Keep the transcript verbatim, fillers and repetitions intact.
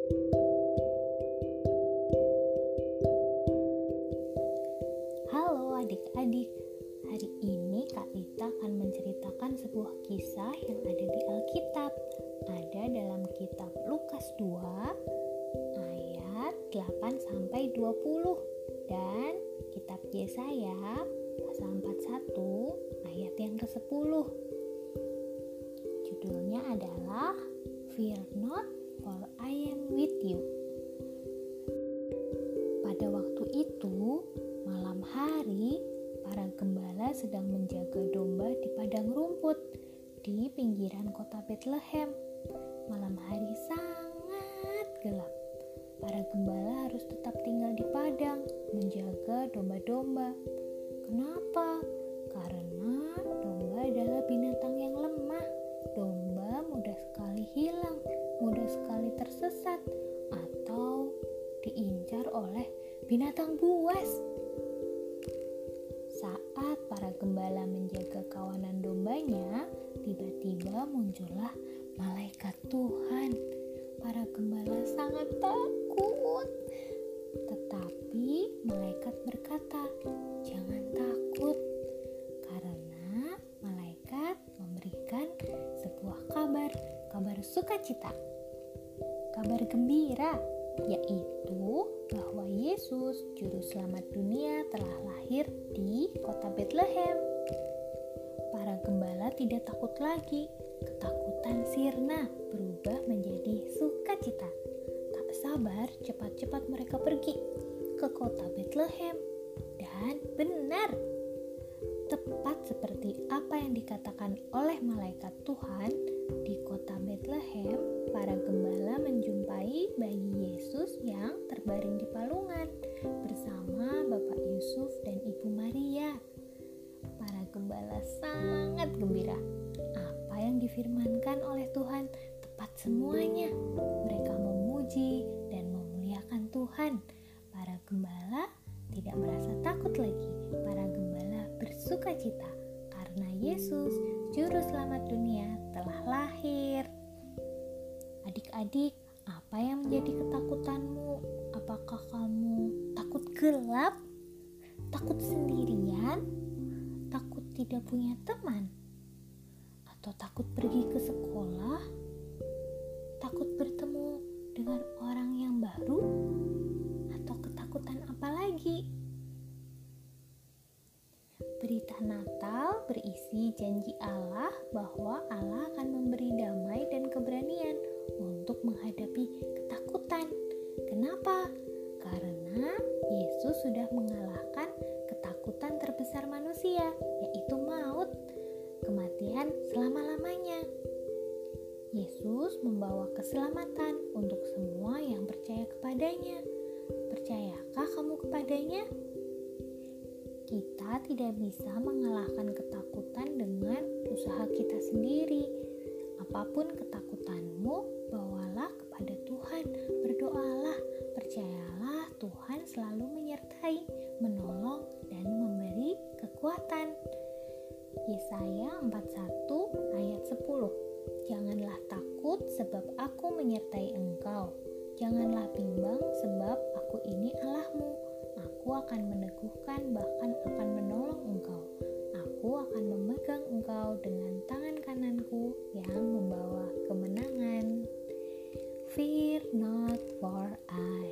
Halo adik-adik, hari ini Kak Lita akan menceritakan sebuah kisah yang ada di Alkitab. Ada dalam kitab Lukas dua ayat delapan sampai dua puluh dan kitab Yesaya pasal empat puluh satu ayat yang kesepuluh. Judulnya adalah Fear not, for I am with you. Pada waktu itu, malam hari, para gembala sedang menjaga domba di padang rumput di pinggiran kota Bethlehem. Malam hari sangat gelap. Para gembala harus tetap tinggal di padang menjaga domba-domba. Kenapa? Karena domba adalah binatang yang lemah. Domba mudah sekali hilang, mudah sekali tersesat, atau diincar oleh binatang buas. Saat para gembala menjaga kawanan dombanya, tiba-tiba muncullah malaikat Tuhan. Para gembala sangat takut. Tetapi malaikat berkata, "Jangan takut." Karena malaikat memberikan sebuah kabar, kabar sukacita, kabar gembira, yaitu bahwa Yesus, juru selamat dunia, telah lahir di kota Bethlehem. Para gembala tidak takut lagi. Ketakutan sirna berubah menjadi sukacita. Tak sabar cepat-cepat mereka pergi ke kota Bethlehem. Dan benar, tepat seperti apa yang dikatakan oleh malaikat Tuhan, di kota Bethlehem, para gembala menjumpai bayi Yesus yang terbaring di palungan bersama Bapak Yusuf dan Ibu Maria. Para gembala sangat gembira. Apa yang difirmankan oleh Tuhan tepat semuanya. Mereka memuji dan memuliakan Tuhan. Para gembala tidak merasa takut lagi. Para gembala bersukacita karena Yesus, juru selamat dunia, telah lahir. Adik-adik, apa yang menjadi ketakutanmu? Apakah kamu takut gelap? Takut sendirian? Takut tidak punya teman? Atau takut pergi ke sekolah? Takut bertemu dengan orang yang baru? Atau ketakutan apa lagi? Berita Natal berisi janji Allah bahwa Allah akan memberi damai dan keberanian untuk menghadapi ketakutan. Kenapa? Karena Yesus sudah mengalahkan ketakutan terbesar manusia, yaitu maut, kematian selama-lamanya. Yesus membawa keselamatan untuk semua yang percaya kepadanya. Percayakah kamu kepadanya? Kita tidak bisa mengalahkan ketakutan dengan usaha kita sendiri. Apapun ketakutanmu, bawalah kepada Tuhan. Berdoalah, percayalah Tuhan selalu menyertai, menolong, dan memberi kekuatan. Yesaya empat puluh satu ayat sepuluh. Janganlah takut sebab aku menyertai engkau. Janganlah bimbang sebab aku ini Allahmu. Aku akan meneguhkan, bahkan akan menolong engkau. Aku akan memegang engkau dengan tangan kananku yang membawa kemenangan. Fear not, for I